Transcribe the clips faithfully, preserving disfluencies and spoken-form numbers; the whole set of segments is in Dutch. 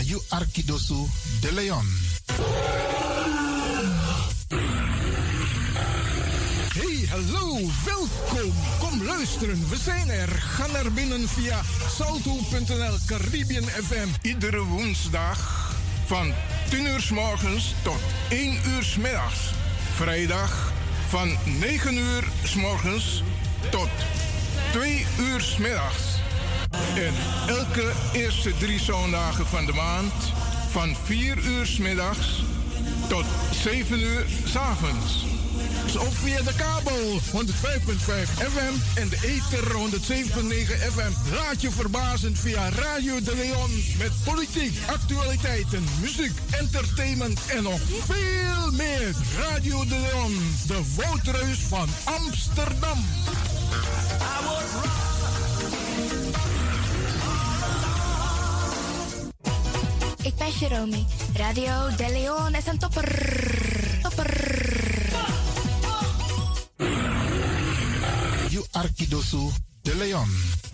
Nayu Arkidosu de Leon. Hey, hallo, welkom. Kom luisteren, we zijn er. Ga naar binnen via salto punt n l Caribbean F M. Iedere woensdag van tien uur 's morgens tot één uur 's middags. Vrijdag van negen uur 's morgens tot twee uur 's middags. En elke eerste drie zondagen van de maand van vier uur 's middags tot zeven uur 's avonds. Of via de kabel honderdvijf komma vijf F M en de ether honderdzeven komma negen F M. Laat je verbazen via Radio de Leon met politiek, actualiteiten, muziek, entertainment en nog veel meer. Radio de Leon, de woudreus van Amsterdam. Ik ben Jerome. Radio de Leon is een topper. Topper. You Arkidosu de Leon.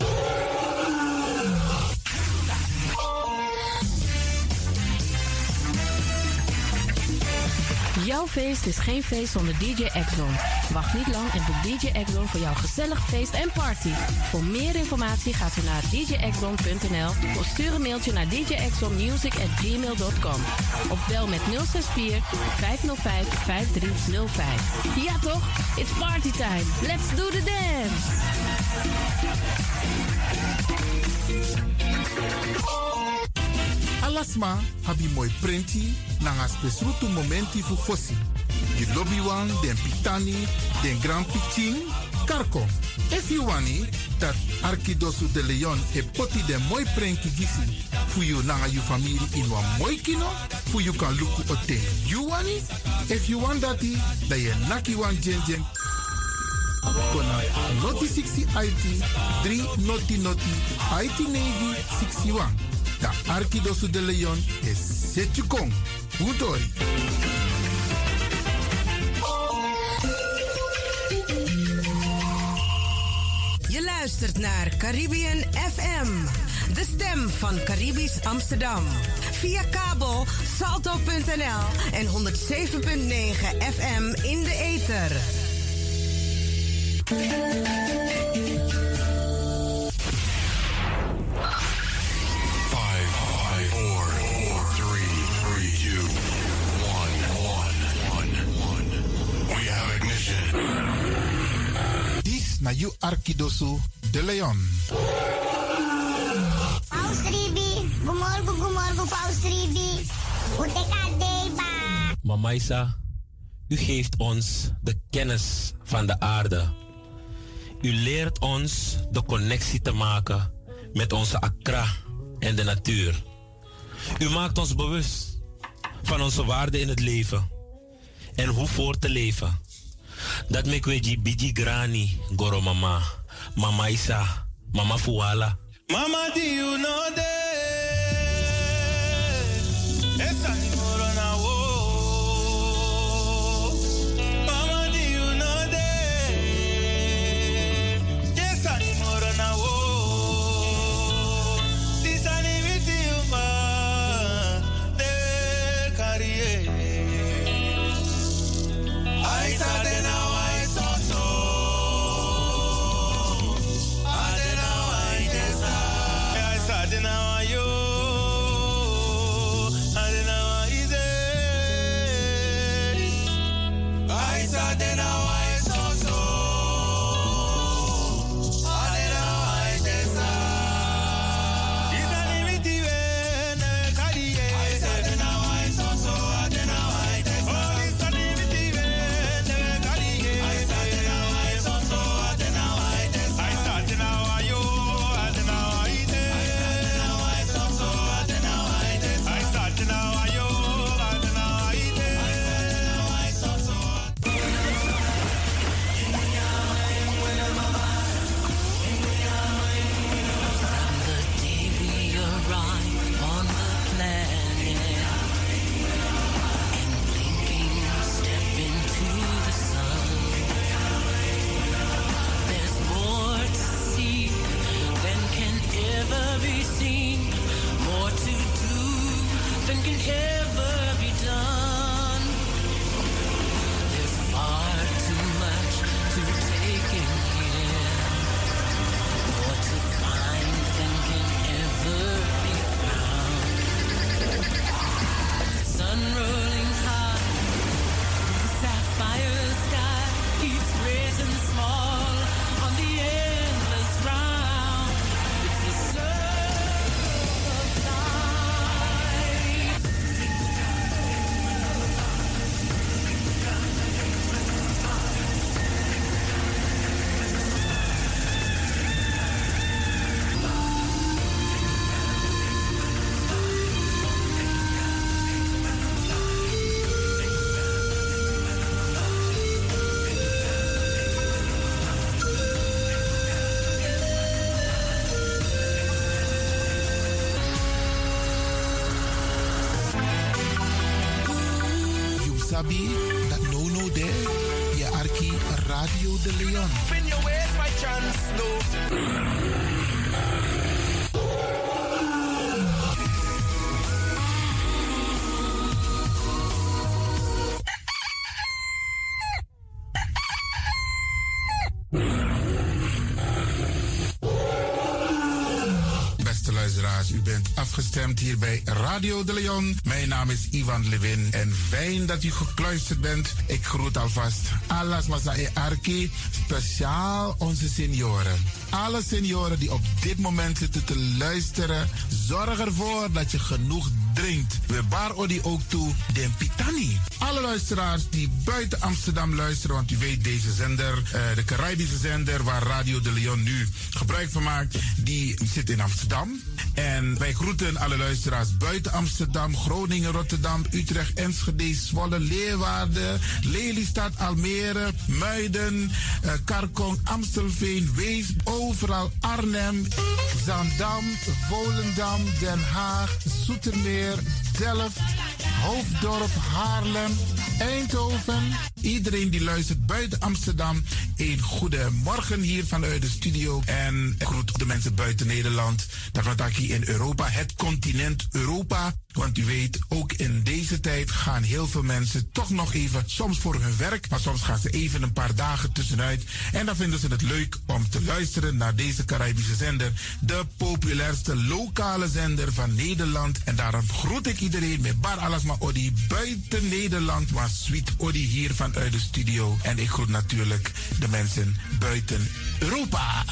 Jouw feest is geen feest zonder D J Exxon. Wacht niet lang en boek D J Exxon voor jouw gezellig feest en party. Voor meer informatie gaat u naar d j exxon punt n l of stuur een mailtje naar d j exxon music at gmail dot com. Of bel met nul zes vier vijf nul vijf vijf drie nul vijf. Ja toch? It's party time. Let's do the dance. Alasma habi moi prenti nanga spesrutu momenti fu fossi. Di lobby wan, den pitani, den grand pitching, karko. If you wani, dat Arkidosu de Leon e poti den moi prenki gisi. Fu you nanga you family in wan moi kino, fu you kan luku ote. You wani? If you want dati, da ye naki wan jen jen. Kona noti sixty I T, three noti noti, I T navy sixty-one. Da Arkidosu de Leon is Setjukong. Udori. Je luistert naar Caribbean F M, de stem van Caribisch Amsterdam. Via kabel salto punt n l en honderdzeven komma negen F M in de ether. Na you Arkidosu de Leon. Paus Ribi, gumorgo gumorgo Paus Ribi. Utekadeba. Mama Isa, u geeft ons de kennis van de aarde. U leert ons de connectie te maken met onze Accra en de natuur. U maakt ons bewust van onze waarde in het leven en hoe voor te leven. Dat make we ji biji grani goro mama, mama Isa, mama Fuala. Mama, do you know that? Esa ni morona wo. Mama, do you know that? Esa ni morona wo. Tisa ni viti uma de carriere. I said that now I saw so. I said now I ever be done. There's far too much to take in here. More to find than can ever be found. The sun rolling high, the sapphire sky keeps great and small on the endless round. It's the circle of life. You sabi that no no there, je arki Radio de Leon. Spin your ways by chance, no. Beste luisteraars, u bent afgestemd hier bij Radio de Leon. Mijn naam is Ivan Levin en fijn dat u gekluisterd bent. Ik groet alvast Alas Masae Arki, speciaal onze senioren. Alle senioren die op dit moment zitten te luisteren, zorg ervoor dat je genoeg drinkt. We bar odi ook toe den Pitani. Alle luisteraars die buiten Amsterdam luisteren, want u weet deze zender, uh, de Caribische zender waar Radio de Leon nu gebruik van maakt, die zit in Amsterdam. En wij groeten alle luisteraars buiten Amsterdam, Groningen, Rotterdam, Utrecht, Enschede, Zwolle, Leeuwarden, Lelystad, Almere, Muiden, uh, Karkong, Amstelveen, Weesp, overal Arnhem, Zandam, Volendam, Den Haag, Zoetermeer, Delft, Hoofddorp, Haarlem, Eindhoven. Iedereen die luistert buiten Amsterdam, een goede morgen hier vanuit de studio. En ik groet de mensen buiten Nederland. Daarvan dat ik hier in Europa, het continent Europa. Want u weet, ook in deze tijd gaan heel veel mensen toch nog even, soms voor hun werk, maar soms gaan ze even een paar dagen tussenuit. En dan vinden ze het leuk om te luisteren naar deze Caribische zender. De populairste lokale zender van Nederland. En daarom groet ik iedereen met Bar Alasma Odi buiten Nederland, maar Sweet Odi hier vanuit de studio. En ik groet natuurlijk de mensen buiten Europa.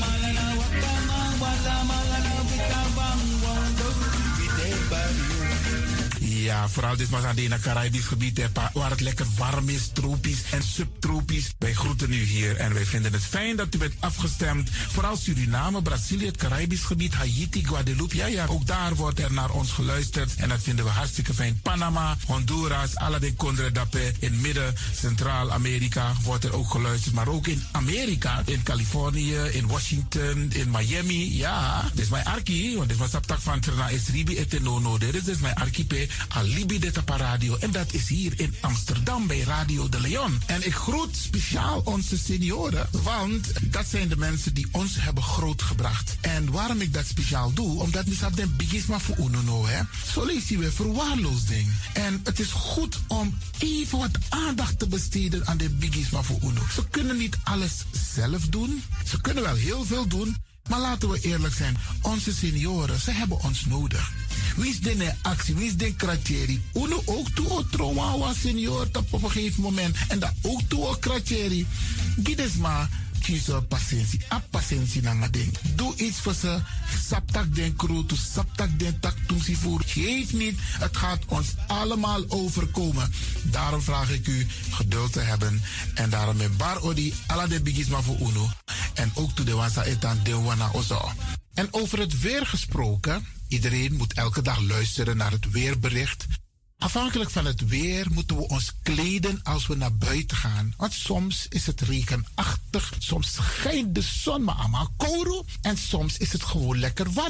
Ja, vooral dit was aan het Caribisch gebied, hè, waar het lekker warm is, tropisch en subtropisch. Wij groeten u hier en wij vinden het fijn dat u bent afgestemd. Vooral Suriname, Brazilië, het Caribisch gebied, Haiti, Guadeloupe. Ja, ja, ook daar wordt er naar ons geluisterd en dat vinden we hartstikke fijn. Panama, Honduras, Aladdin Condre Dapé, in midden, Centraal-Amerika wordt er ook geluisterd. Maar ook in Amerika, in Californië, in Washington, in Miami. Ja, dit is mijn arki, want dit was op tak van Trana Esribi etenono. Dit is dus mijn archipel. Alibi de Tapa Radio. En dat is hier in Amsterdam bij Radio de Leon. En ik groet speciaal onze senioren, want dat zijn de mensen die ons hebben grootgebracht. En waarom ik dat speciaal doe, omdat we hebben een bigisma voor uno, hè. Zo lezen we verwaarloosding. En het is goed om even wat aandacht te besteden aan de bigisma voor uno. Ze kunnen niet alles zelf doen. Ze kunnen wel heel veel doen. Maar laten we eerlijk zijn, onze senioren, ze hebben ons nodig. Wie is de actie, wie is de kratjeri? Uno ook toe o trauma was senior op een gegeven moment. En dat ook toe o kratjeri. Gides maar kies patiëntie. A patiëntie na ding. Doe iets voor ze. Saptak den kroto, saptak den tak toensie voer. Geef niet, het gaat ons allemaal overkomen. Daarom vraag ik u geduld te hebben. En daarom met bar odi ala de bigisma voor uno. En ook toe de wansa etan de wana ozo. En over het weer gesproken, iedereen moet elke dag luisteren naar het weerbericht. Afhankelijk van het weer moeten we ons kleden als we naar buiten gaan. Want soms is het regenachtig, soms schijnt de zon maar allemaal kouro en soms is het gewoon lekker warm.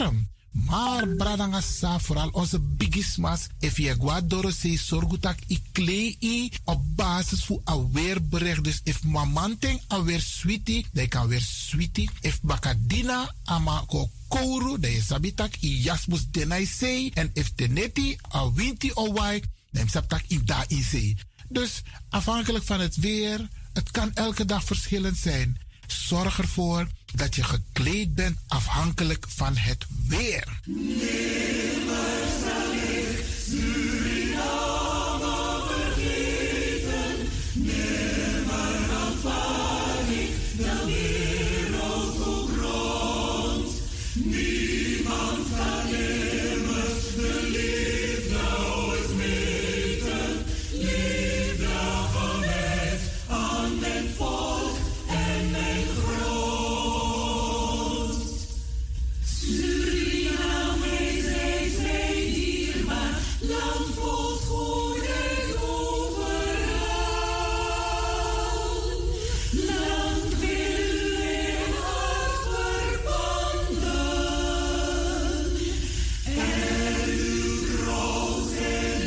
Maar bradangasa, vooral onze bigismas, if je guadoro se sorgutak i klei op basis voor aweerbericht. Dus if mamanteng aweer sweetie, dan kan weer sweetie. If bakadina ama ko kouru, dan je sabitak i jasmus denai sei. En if teneti a winti o wai, dan sabtak i da i sei. Dus afhankelijk van het weer, het kan elke dag verschillend zijn. Zorg ervoor dat je gekleed bent afhankelijk van het weer. Nimmer zal ik Suriname vergeten. Nimmer aanvaard ik de wereld voor grond. Niemand kan immers de liefde ooit meten. Liefde gewijd aan mijn volk en mijn grond. Suriname is reeds mijn dierbaar land vol schoonheid overal. Land wil in hart verbonden en uw trouw zijn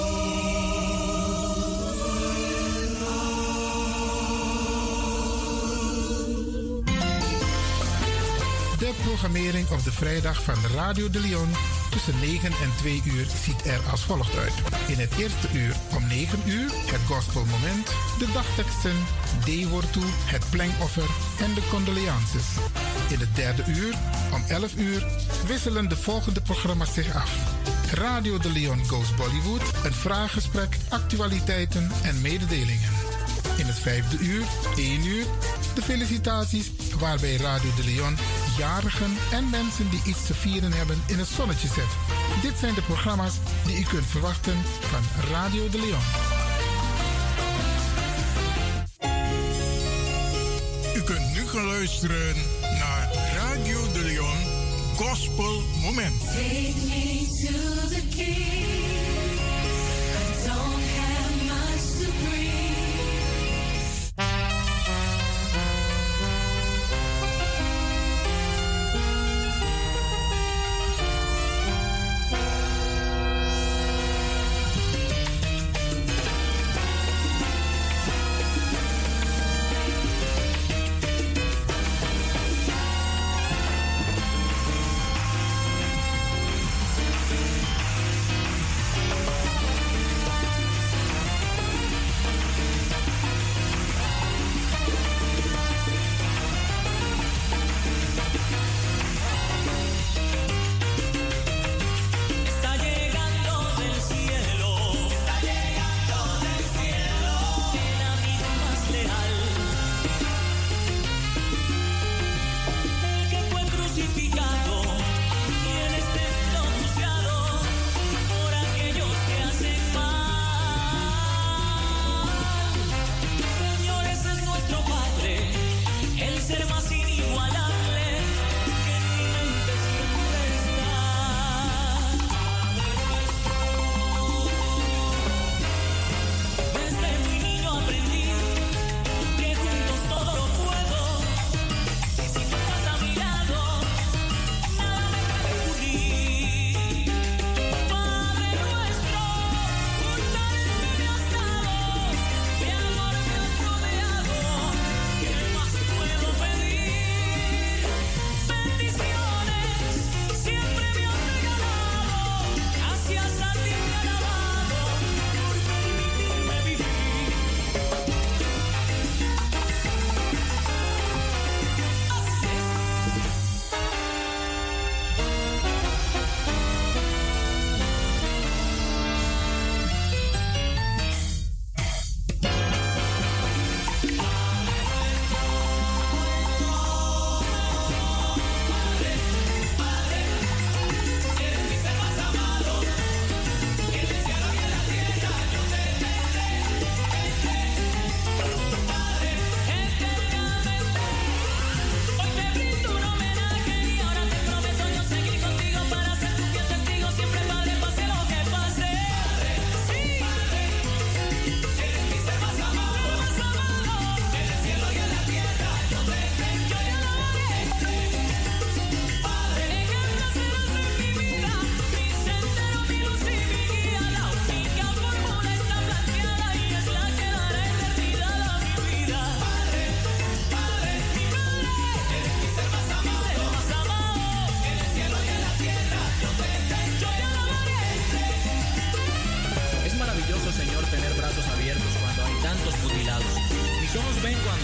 De programmering op de vrijdag van Radio de Leon tussen negen en twee uur ziet er als volgt uit. In het eerste uur om negen uur het gospelmoment, de dagteksten, D-woord toe, het plengoffer en de condolences. In het derde uur om elf uur wisselen de volgende programma's zich af. Radio de Leon Goes Bollywood, een vraaggesprek, actualiteiten en mededelingen. In het vijfde uur, één uur, de felicitaties waarbij Radio de Leon jarigen en mensen die iets te vieren hebben in het zonnetje zet. Dit zijn de programma's die u kunt verwachten van Radio de Leon. U kunt nu gaan luisteren naar Radio de Leon Gospel Moment. Take me to the King. I don't have much to bring.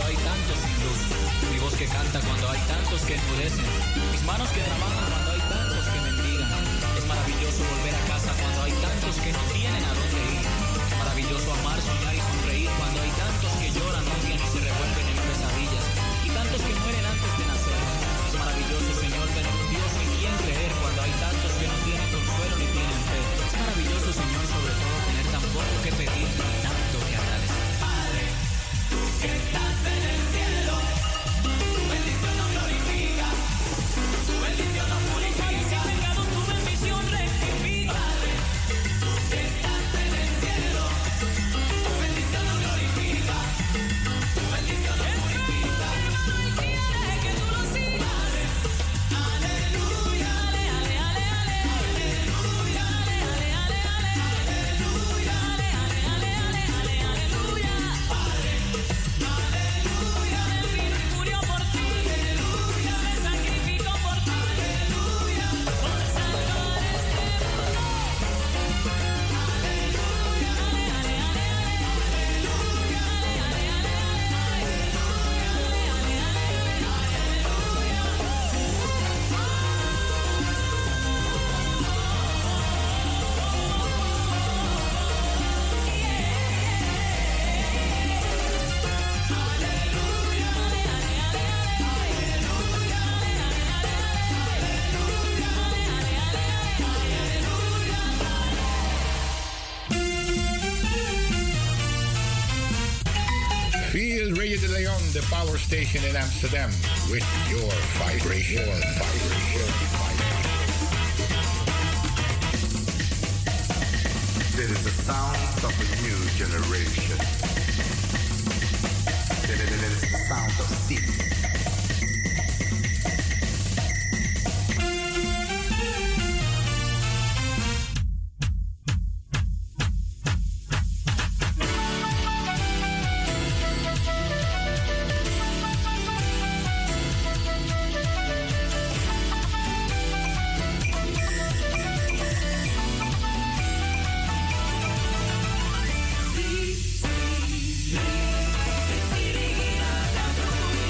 hay tantos sin luz. Mi voz que canta cuando hay tantos que enmudecen. Mis manos que trabajan cuando hay tantos que mendigan. Es maravilloso volver a casa cuando hay tantos que no tienen a dónde ir. Es maravilloso amar, soñar y sonreír cuando hay tantos que lloran, odian y se revuelven en pesadillas. Y tantos que mueren antes de nacer. Es maravilloso, Señor, tener un Dios en quien creer cuando hay tantos que no tienen consuelo ni tienen fe. Es maravilloso, Señor, sobre todo tener tan poco que pedir y tanto que agradecer. Padre, tú que estás en el cielo, tu bendición nos glorifica, tu bendición nos purifica. Mis pecados, tu bendición rectifica. Padre, tú que estás en el cielo, tu bendición nos glorifica, tu bendición nos purifica. Que tú lo sigas. Aleluya, ale, ale, ale, ale, aleluya, ale, ale, ale, ale, aleluya, ale, ale, ale, ale, ale, aleluya. Padre, aleluya, Él vino y murió por ti, aleluya, se sacrificó por ti, aleluya, por salvar este mundo. Aleluya, ale, ale, ale, ale, aleluya, ale, ale, ale, ale, aleluya, ale, ale, ale, Feel Radio de Leon, the power station in Amsterdam, with your vibration. Your vibration. This is the sound of a new generation. This is the sound of city. Respira,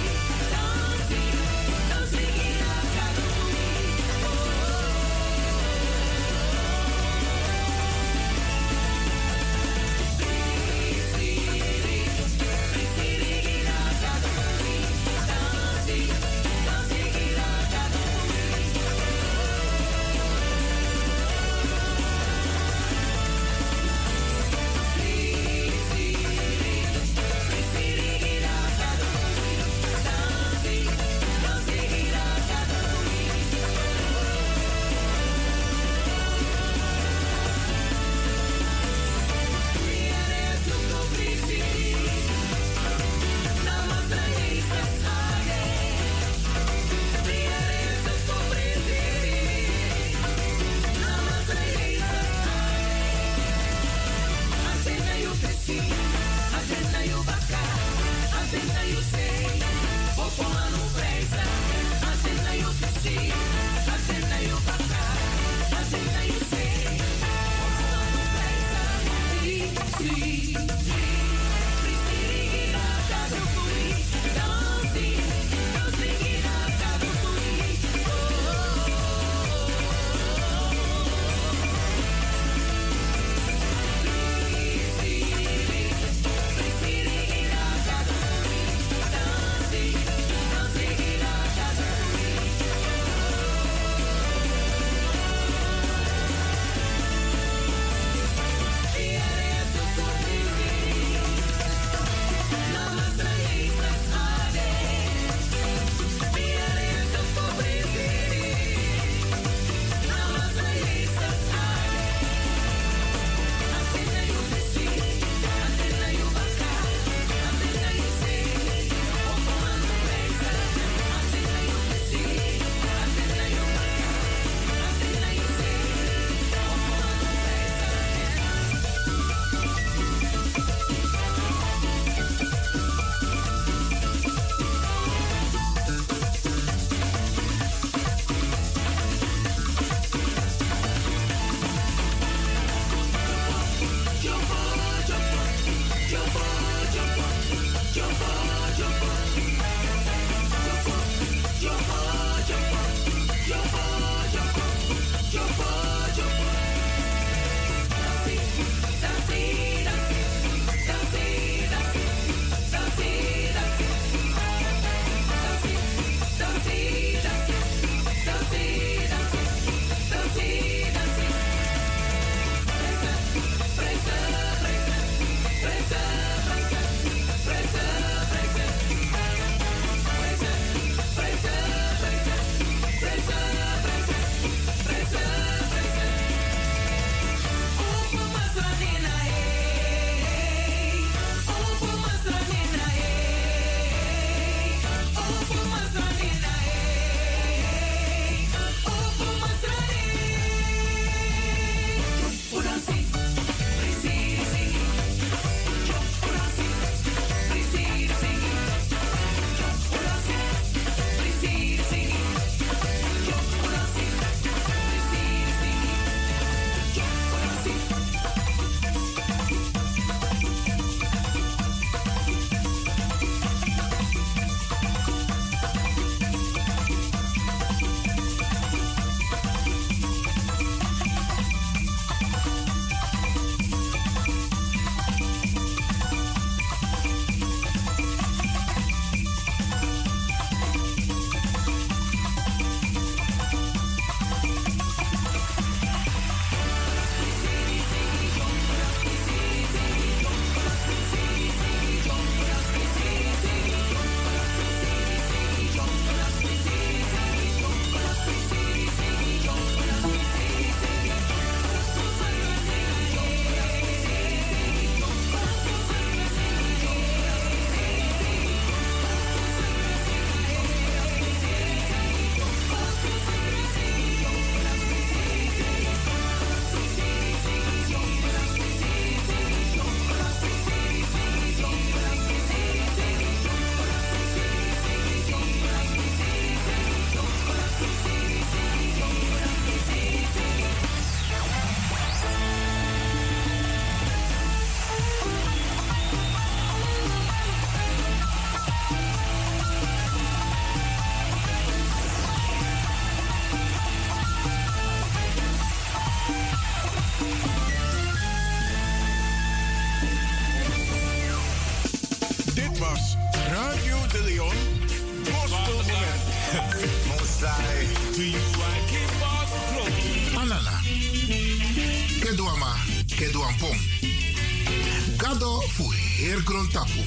Heer Grontapu.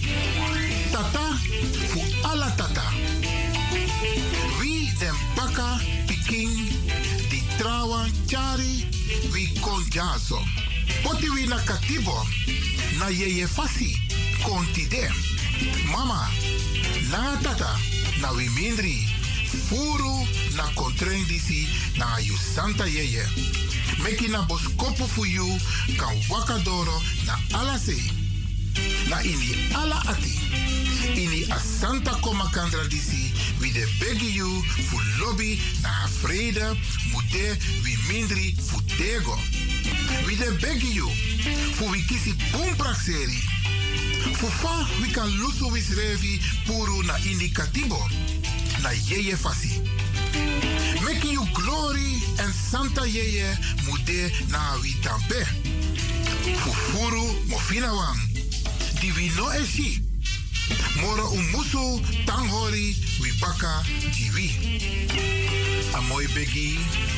Tata fu ala tata. Wie den baka piking di trawan chari wie konjazo. Poti wi na katibo na yeye fasi kontide. Mama, na tata na wi mindri furu na kontrendisi na yu santa yeye. Meki na boskopu fu yu kan wakadoro na ala se. Na ini ala ati. Ini asanta koma kandra disi wie de begi yu fu lobby na vrede mude wie mindri fu tego. Wie de begi yu fu wie kisi boompraxeri. Fu fa wie kan lusu wis revi puru na indicativo. Na yeye fasi. Meki yu glory en santa yeye mude na wie tampe. Fu furu mofina wang. Di wie no eshi. Moro umusu tanghori wibaka jiwi. Amoy begi.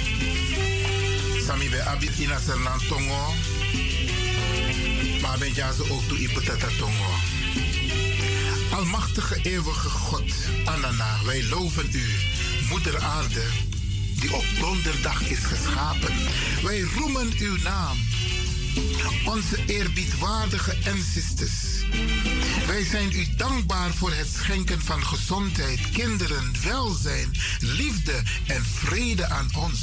Sami be abit ina sernan tongo. Maar ben jazo ook toe ipetata tongo. Almachtige eeuwige God, Anana, wij loven u, moeder aarde, die op donderdag is geschapen. Wij roemen uw naam. Onze eerbiedwaardige ancestors. Wij zijn u dankbaar voor het schenken van gezondheid, kinderen, welzijn, liefde en vrede aan ons.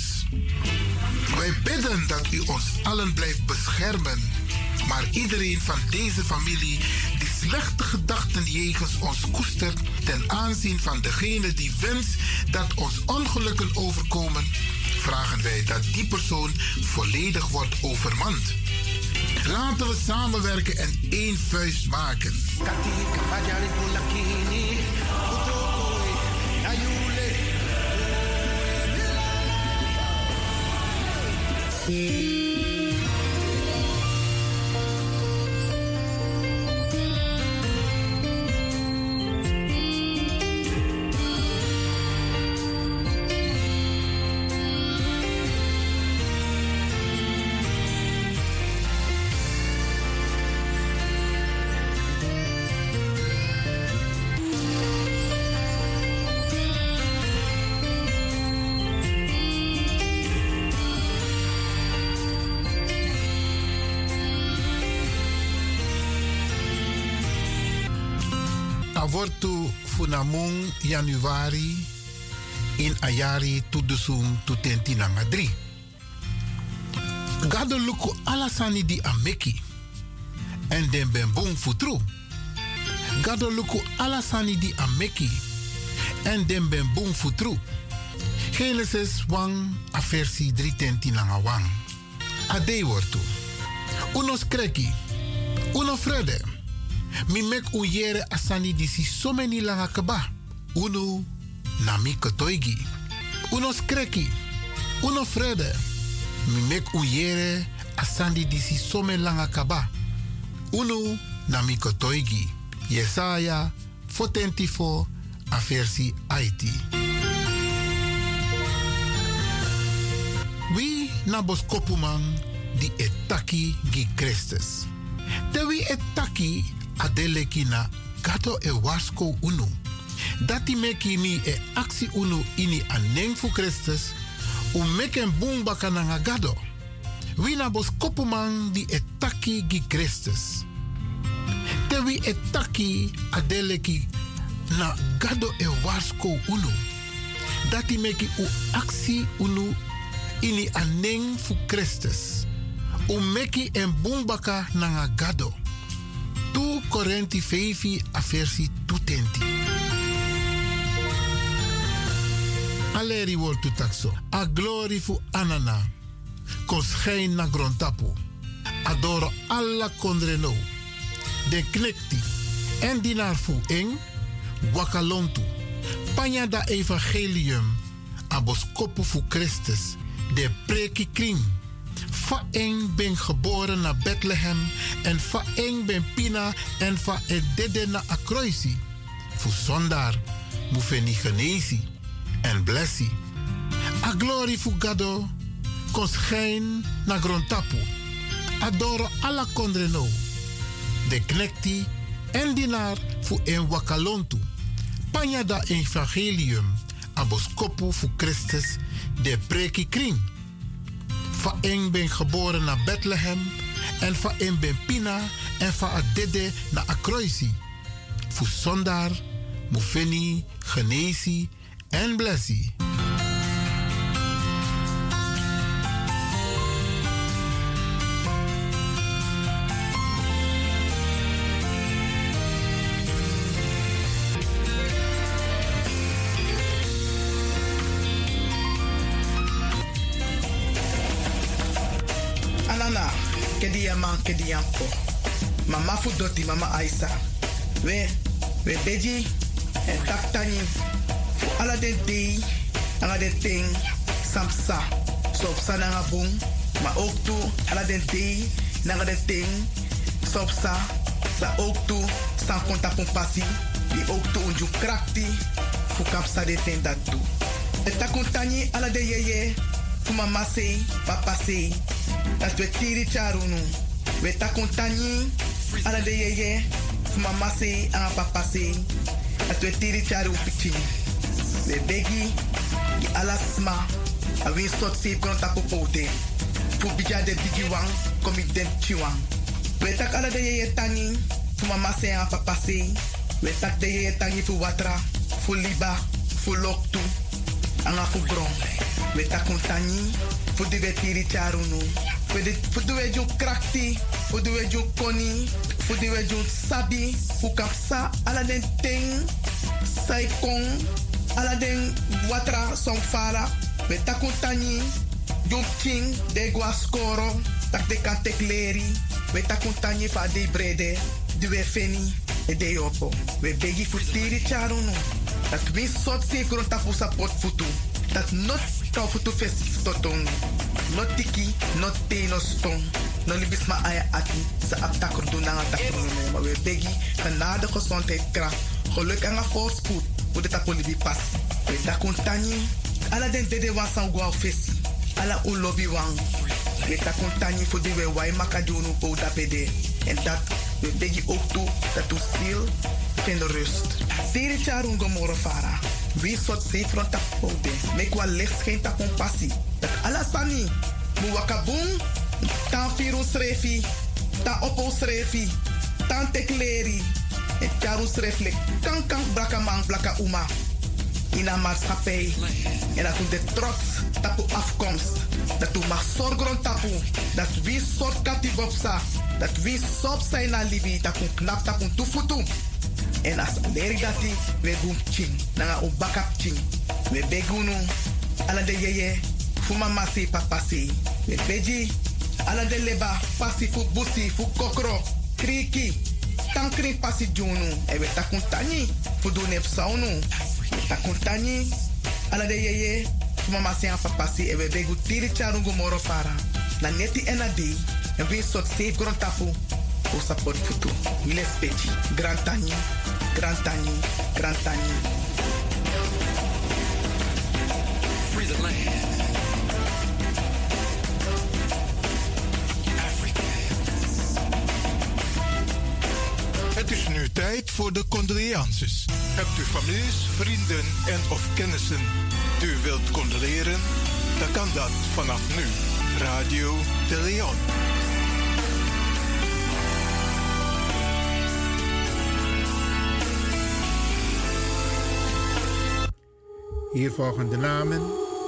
Wij bidden dat u ons allen blijft beschermen, maar iedereen van deze familie die slechte gedachten jegens ons koestert ten aanzien van degene die wenst dat ons ongelukken overkomen, vragen wij dat die persoon volledig wordt overmand. Laten we samenwerken en één vuist maken. Avortu funamung januari in ayari tudusum tutentinanga drie. Gado luku alasani di ameki en den ben bon futru. Gado luku alasani di ameki en den ben bon futru. Genesis wang aversi drie tentinanga wang. Ade wortu. Uno skreki. Uno frede. Mi mek uyere asani disi so many langa kaba. Uno nami kotoigi. Uno skreki. Uno frede. Mi mek uyere asani disi so many langa kaba. Uno nami kotoigi. Yesaya forty-four aversi Haiti. Wi na boskopuman di etaki gi Christus. De wi etaki adeleki na gato e wasko unu. Dati meki mi e aksi unu ini aneng fu Christus. U meken boom bakananga gado. Wi na boskopuman di etaki gi Christus. De wi etaki adeleki na gado e wasko unu. Dati meki u aksi unu ini aneng fu Christus. U meki en bumbaka nanga gado. two Korinti five aversi tutenti. Aleri wordt tu taxo. A glory fu anana. Konschein na grontapu. Adoro alla kondreno. De knekti. En dinar fu eng. Wakalontu. Panya da evangelium. Aboskopu fu Christus. De preki kring. Fa eng ben geboren na Bethlehem. En fa eng ben pina. En fa edede na akroisi. Fu sondar. Mufeni genesi. En blessi. A glory fu gado. Konschein na grontapu. Adoro alla kondreno. de knekti en dienaar voor een wakalontu. Panya da evangelium aboskopu voor Christus de preki kring. Fa eng ben geboren naar Bethlehem en fa eng ben pina en fa adede na akroisi. Voor zondaar, mufeni, genesi en blessi. Man kediampo. Mama Fudoti, Mama Aisa. We, we beji en taktani. Voor alle de day, alle de ting, samsa. Sop sananga boom. Maar ook toe, alle de day, nanga de ting, sopsa. Sa ook toe, san konta pompasi. Die ook toe unju krakti. Voor kapsa de ting dat toe. Et takontani, alle de yeye. Voor mama sei, papa sei. Dat we tiri charunu. We takontani ala de yeye mama se aan papa se dat we tiri charu pichi. We begi ki ala sma a we sot se kon tapo pote. Fu bija de bigi wang komi den chiwang. We tak ala de yeye tani fu mama se aan papa se. We tak de yeye tani fu watra, fu liba, fu loktu, anga fu bron. We takontani fu de we tiri charu nu. Voor de wejo krakti, voor de wejo koni, voor de wejo sabi, voor kapsa, ala den ting, saikong, ala den watra somfara, we takuntani, jum king, de guascoro, tak de kantek leri, we takuntani fa de brede, de we feni, e de yopo. We begi voor tiri charunu, dat we sot se kron tapu sapot futu, dat not kau futu fest totong. No tiki, no te, no stong. No libis ma aya ati. Sa aptakur doen na takur. Maar we begi genade, gezondheid, kracht. Geluk en voorspoed. Hoe de tapu libi pas. We takun tani. Ala den dede wan san gwa fesi. Ala u lobby wang. We takun tani voor die we wai makadunu po da pede. En dat we begi ook toe. Dat u stil vind rust. Tiri charun gomoro fara. Wie soort zeefront tapode. Mek wa licht geen tapon passie. Dat alasani. Mu wakabung. Tan firu srefi. Tan opo srefi. Tan tekleri. En charu sreflik. Kan kan braka man blaka uma. In een maatschappij. En dat u de trots tapu afkomst. Dat u mag zorgen tapu. Dat wie soort katibopsa. Dat wie sop zijn na libi. Dat u knap tapu tufutu. En als leer dat die, we gaan ching. Nanga u bakap ching. We begunu. Ala de yeye. Fu mama si papa si. We beji. Ala de leba. Pasi fu busi. Fu kokro. Kriki. Tankri pasi junu. E we takuntani. Fu do nep saunu. Takuntani. Ala de yeye. Fu mama si en papa si. E we begu tiri charungu moro fara. Na neti en adi. En we sot safe grond tapu. O support futu. Wile spechi. Grand tani. Grand tani. Grand tani. Free the land. Het is nu tijd voor de condolences. Hebt u families, vrienden en of kennissen die u wilt condoleren? Dan kan dat vanaf nu. Radio de Leon. Hier volgen de namen.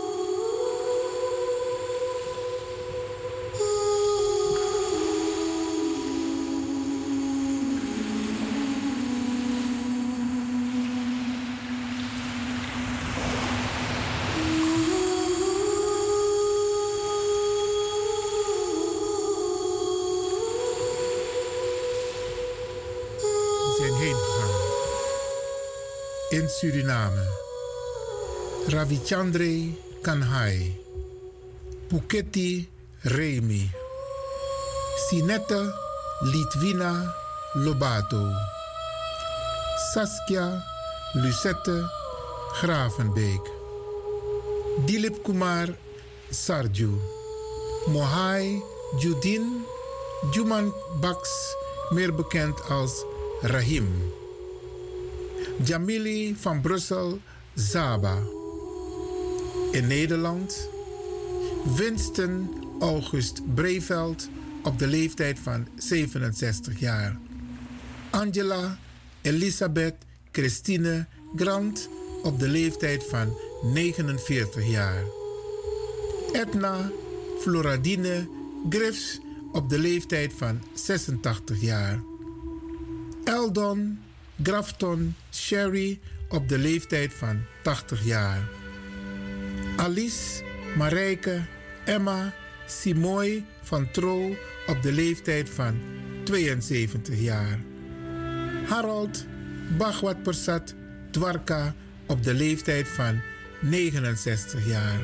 Zijn heen gegaan. In Suriname. Ravichandre Kanhai, Puketi Remi, Sinette Litvina Lobato, Saskia Lucette Gravenbeek, Dilip Kumar Sarju, Mohai Judin Juman Baks meer bekend als Rahim. Jamili van Brussel Zaba. In Nederland Winston August Breveld op de leeftijd van zevenenzestig jaar. Angela Elisabeth Christine Grant op de leeftijd van negenenveertig jaar. Edna Floradine Griffs op de leeftijd van zesentachtig jaar. Eldon Grafton Sherry op de leeftijd van tachtig jaar. Alice Marijke Emma Simoy van Tro op de leeftijd van tweeënzeventig jaar. Harold Bhagwat Persat Dwarka op de leeftijd van negenenzestig jaar.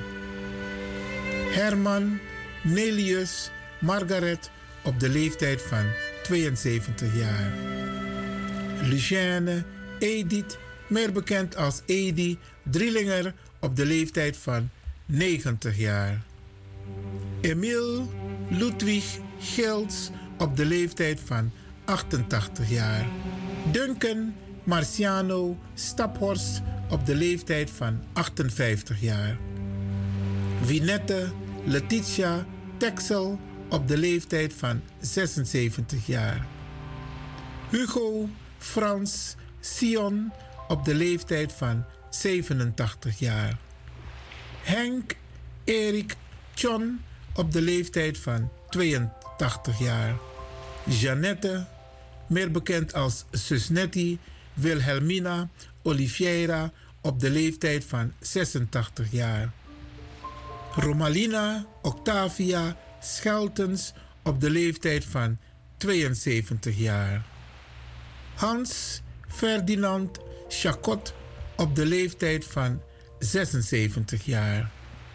Herman Nelius Margaret op de leeftijd van tweeënzeventig jaar. Lucienne Edith, meer bekend als Edi Drielinger op de leeftijd van negentig jaar. Emile Ludwig Gilds op de leeftijd van achtentachtig jaar. Duncan Marciano Staphorst op de leeftijd van achtenvijftig jaar. Winette Letitia Texel op de leeftijd van zesenzeventig jaar. Hugo Frans Sion op de leeftijd van zevenentachtig jaar. Henk Erik John op de leeftijd van tweeëntachtig jaar. Jeannette, meer bekend als Susnetti Wilhelmina Oliveira op de leeftijd van zesentachtig jaar. Romalina Octavia Scheltens op de leeftijd van tweeënzeventig jaar. Hans Ferdinand Chacot op de leeftijd van zesenzeventig jaar.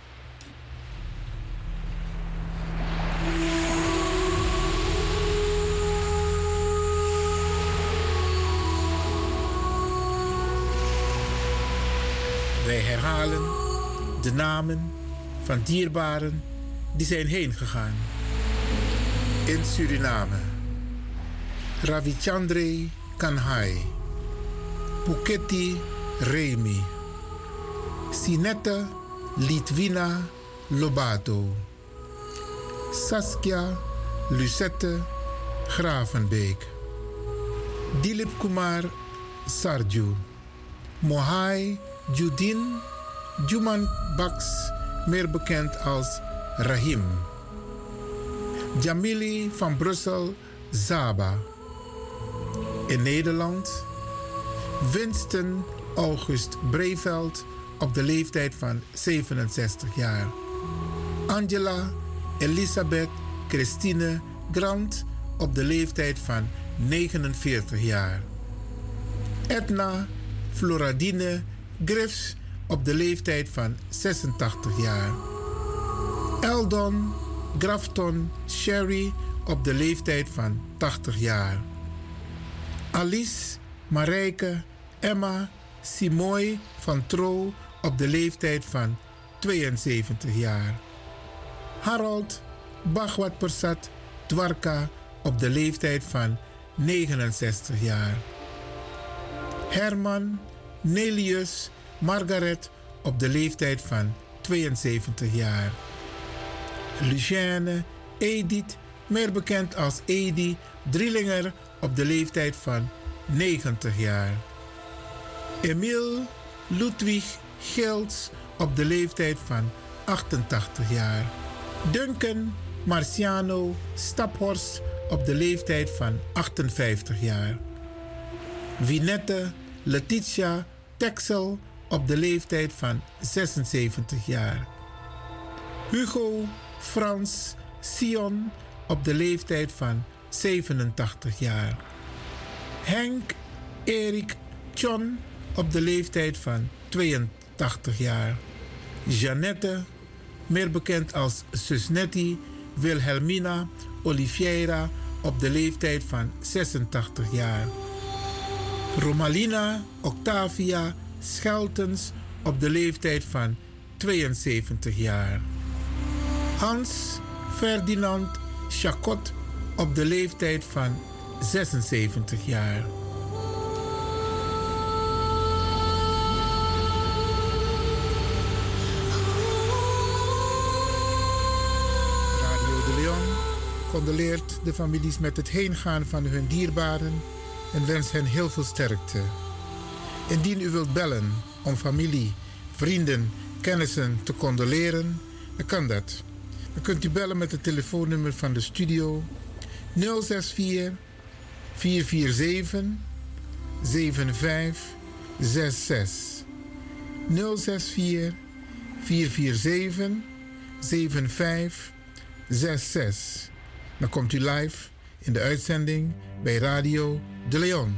Wij herhalen de namen van dierbaren die zijn heen gegaan. In Suriname. Ravichandre Kanhai. Puketi Remi. Sinette Litwina Lobato. Saskia Lucette Gravenbeek. Dilip Kumar Sarju. Mohai Judin Juman Baks, meer bekend als Rahim. Jamili van Brussel Zaba. In Nederland Winston August Breveld op de leeftijd van zevenenzestig jaar. Angela Elisabeth Christine Grant op de leeftijd van negenenveertig jaar. Edna Floradine Griffs op de leeftijd van zesentachtig jaar. Eldon Grafton Sherry op de leeftijd van tachtig jaar. Alice Marijke Emma Simoy van Tro op de leeftijd van tweeënzeventig jaar. Harold Bhagwat Persat Dwarka op de leeftijd van negenenzestig jaar. Herman Nelius Margaret op de leeftijd van tweeënzeventig jaar. Lucienne Edith, meer bekend als Edi Drielinger op de leeftijd van negentig jaar. Emile Ludwig Gilds op de leeftijd van achtentachtig jaar. Duncan Marciano Staphorst op de leeftijd van achtenvijftig jaar. Winette Letitia Texel op de leeftijd van zesenzeventig jaar. Hugo Frans Sion op de leeftijd van zevenentachtig jaar. Henk Erik John op de leeftijd van tweeëntachtig jaar. Jeannette, meer bekend als Susnetti Wilhelmina Oliveira op de leeftijd van zesentachtig jaar. Romalina Octavia Scheltens op de leeftijd van tweeënzeventig jaar. Hans Ferdinand Chacot op de leeftijd van zesenzeventig jaar. Radio de Leon condoleert de families met het heengaan van hun dierbaren en wens hen heel veel sterkte. Indien u wilt bellen om familie, vrienden, kennissen te condoleren, dan kan dat. Dan kunt u bellen met het telefoonnummer van de studio nul zes vier, vier vier zeven, zeven vijf zes zes. nul zes vier, vier vier zeven, zeven vijf zes zes. Dan komt u live in de uitzending bij Radio de Leon.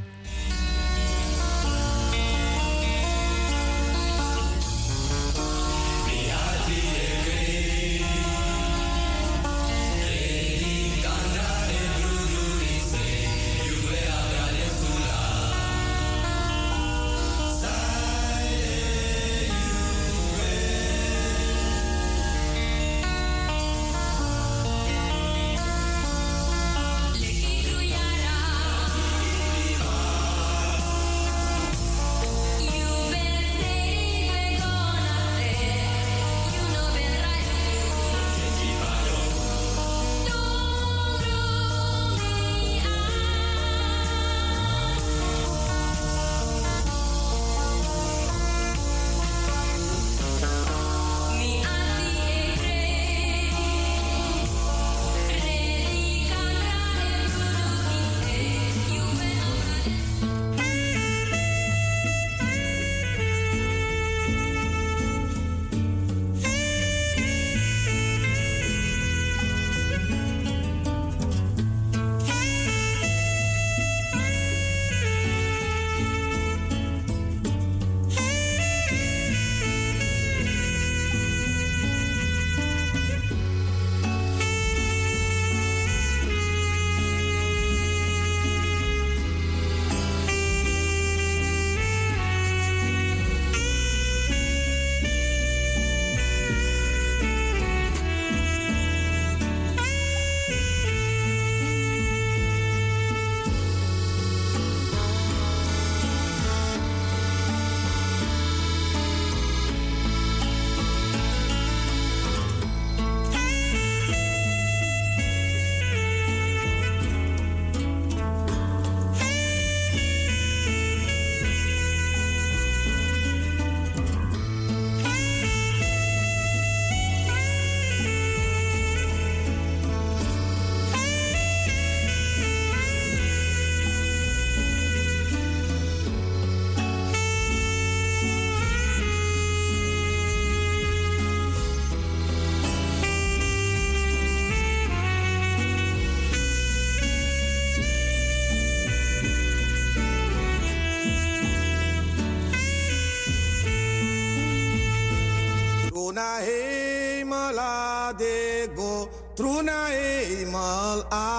Truna hemel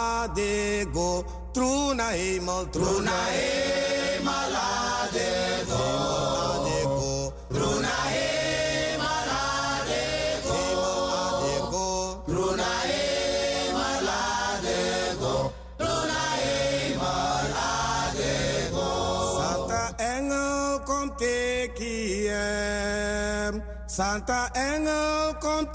adego, truna hemel, truna hemel adego, adego, truna hemel adego, adego, truna hemel adego, truna hemel adego. Santa engel komt tekiem, Santa engel komt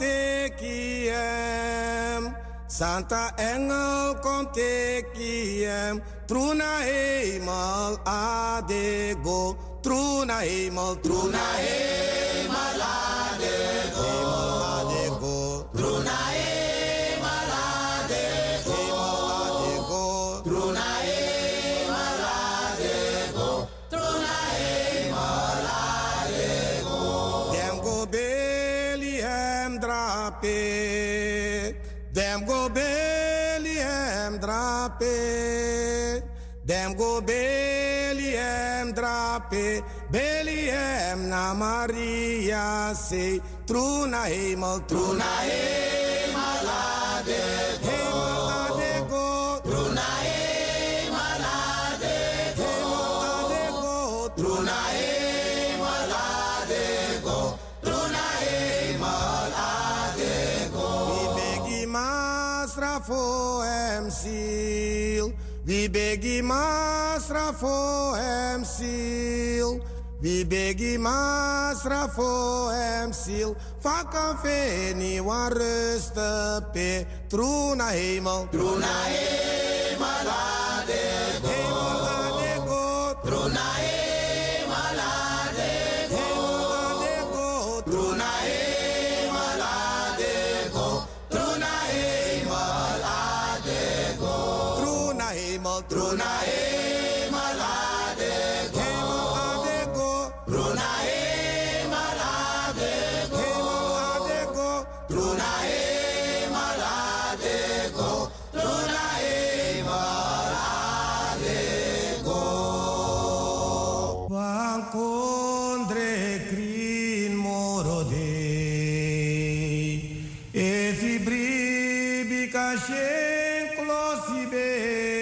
tekiem. Santa engel komt tekiem, truna hemel adego, truna hemel, truna hemel adego, hemel adego, truna hemel adego, adego, truna hemel adego, truna hemel adego. Dem go Bethlehem drape. Dem go Bethlehem drape, dem go Bethlehem drape, Bethlehem na Maria se, truna hemel, truna hemel adego, hemel adego, truna hemel adego, hemel adego, truna hemel adego, truna hemel adego. Masra fo em sil, We begi masra for hem ziel. We begi masra for hem ziel. Vakan veni wan rusten pe. True na hemel. True na hemel adego. Hemel adego. True na hemel adego. Hemel adego. True na hemel adego. True na hemel adego. True na hemel. True na hemel adego. Hemel adego. True na hemel adego. Hemel adego. True na hemel adego. True na hemel adego. Wankondre krin morode. Efi bribi shen klosi be.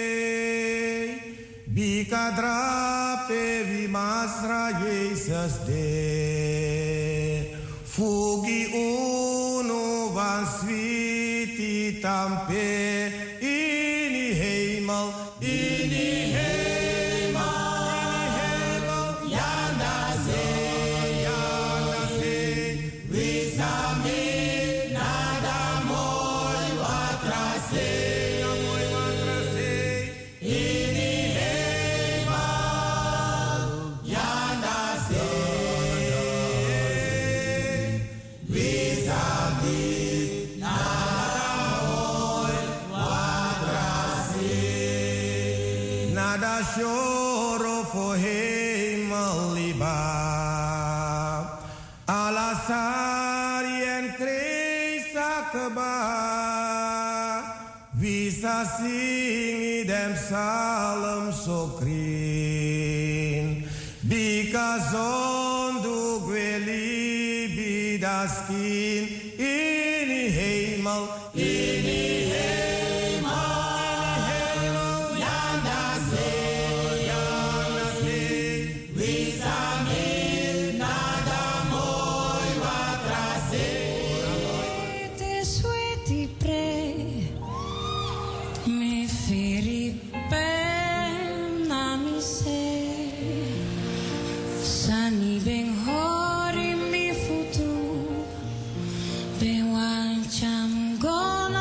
Bika drape vi masra Jesus de. Fugi uno van switi tampe. Ini hemel, ini hemel, ini hemel. Yanda se, yanda se. Wisame nada mooi watra se. Mooi watra se. Ini hemel, yanda se. Wisame nada mooi watra se. Nada shoro for hemel liba. Alasari en kresa keba. Visa sing dem salem so clean. Because on do gweli bidaskin. Ini hemel, ini hemel, ini hemel. Yanda se, yanda se. Visa me nada mooi watra se. Te sweeti pre, me feri pen na mi se. Sani ben hori mi futu, ben wan cham gona.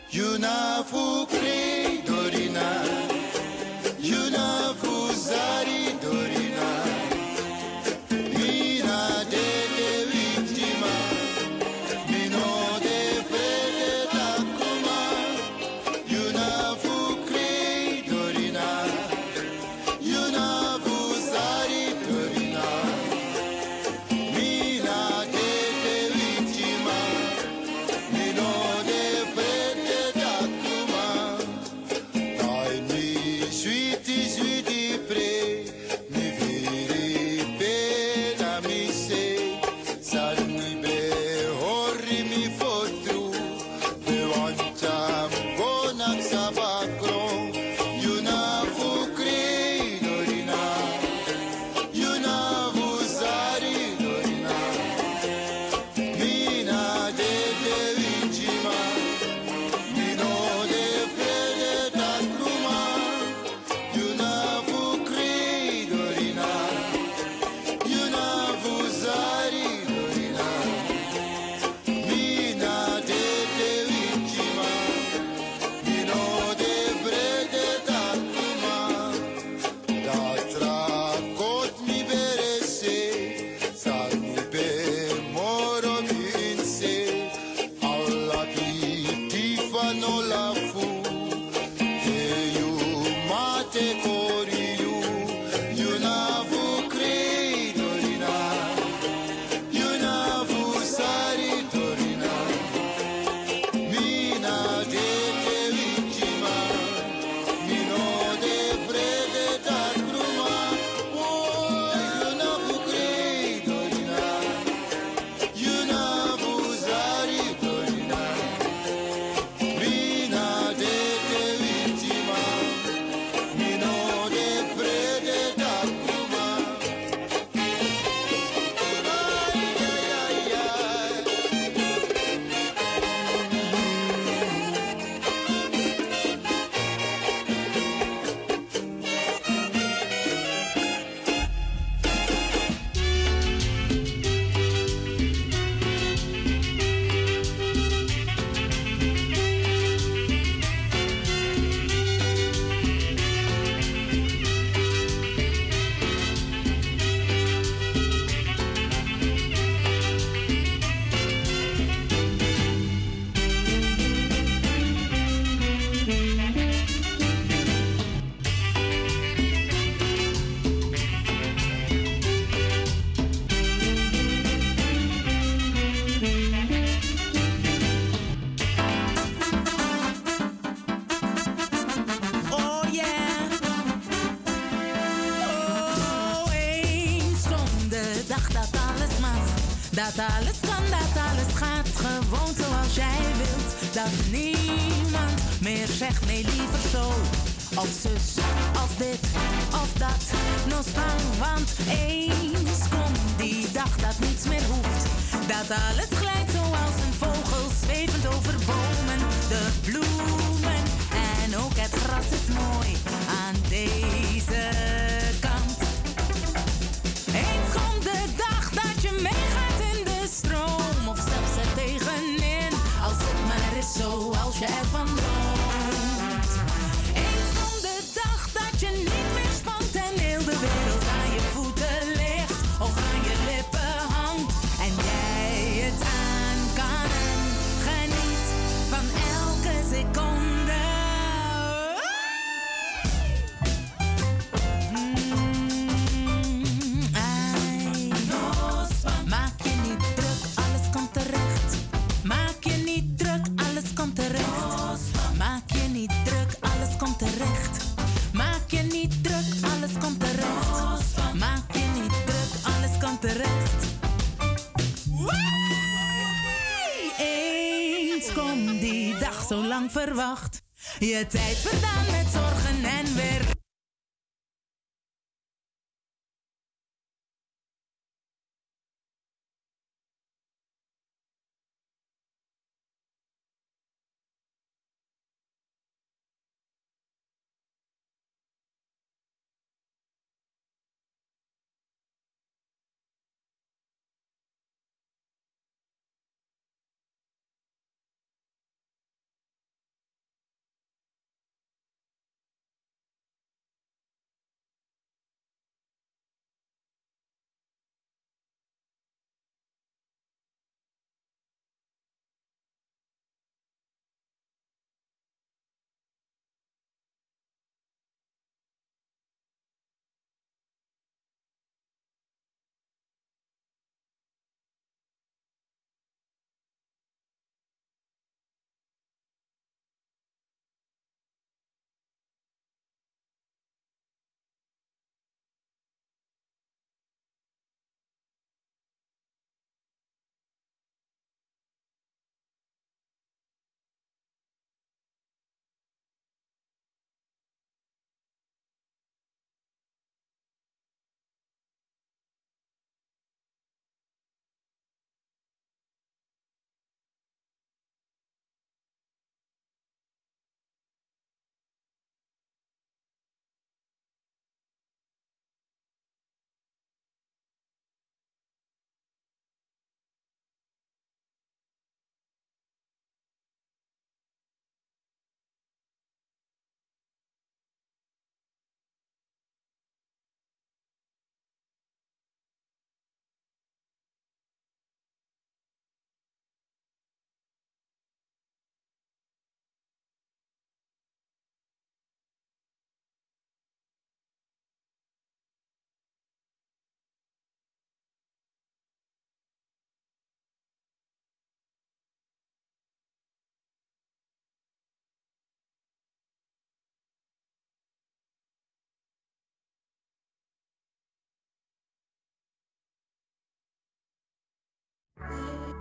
Yuna fukri dorina, yuna fuzari dorina, mina de de victima, mino de frede takuma, yuna fukri dorina, yuna fuzari dorina, mina de de victima, mino de frede takuma, dai mi sweetie sweetie pre, mi viri pena mi se, salmi be horri mi fotru, be wancham bonak sabakron, yuna fukri dorina, yuna vuzari dorina, mina de de vicima, mino de frede takruma, yuna fukri dorina, yuna vuzari dorina, mina de de vicima, mino de frede takruma, datra kot mi berese, sal mi be moro mi inse, alla ti tifa no la fu, te you mate kori you, yuna fukri dorina, yuna fusari dorina, mina de te victima, mino de frede takruma, oh, yuna fukri dorina, yuna fusari dorina, mina de te victima, mino de frede takruma. Oh yeah. Oh, eens komt de dag dat alles mag. Dat alles kan, dat alles gaat. Gewoon zoals jij wilt. Dat niemand meer zegt nee, liever zo. Of zus, of dit, of dat. No spang, want eens komt die dag dat niets meer hoeft. Dat alles glijdt zoals een vogel zwevend over bomen. De bloemen en ook het gras is mooi aan deze kant. Eens komt de dag dat je meegaat in de stroom. Of zelfs er tegenin, als het maar is zoals je ervan droomt. Eens komt de dag dat je niet meer spant en heel de wereld aan je voeten ligt. Of aan je lippen hangt en jij het aan kan en geniet van elke seconde. Mm, ai. Maak je niet druk, alles komt terecht. Maak je niet druk, alles komt terecht. Maak je niet druk, alles komt terecht. Maak je niet druk, alles komt terecht. Maak je niet druk, alles komt terecht. Eens komt die dag zo lang verwacht. Je tijd verdaan met zorgen en werk.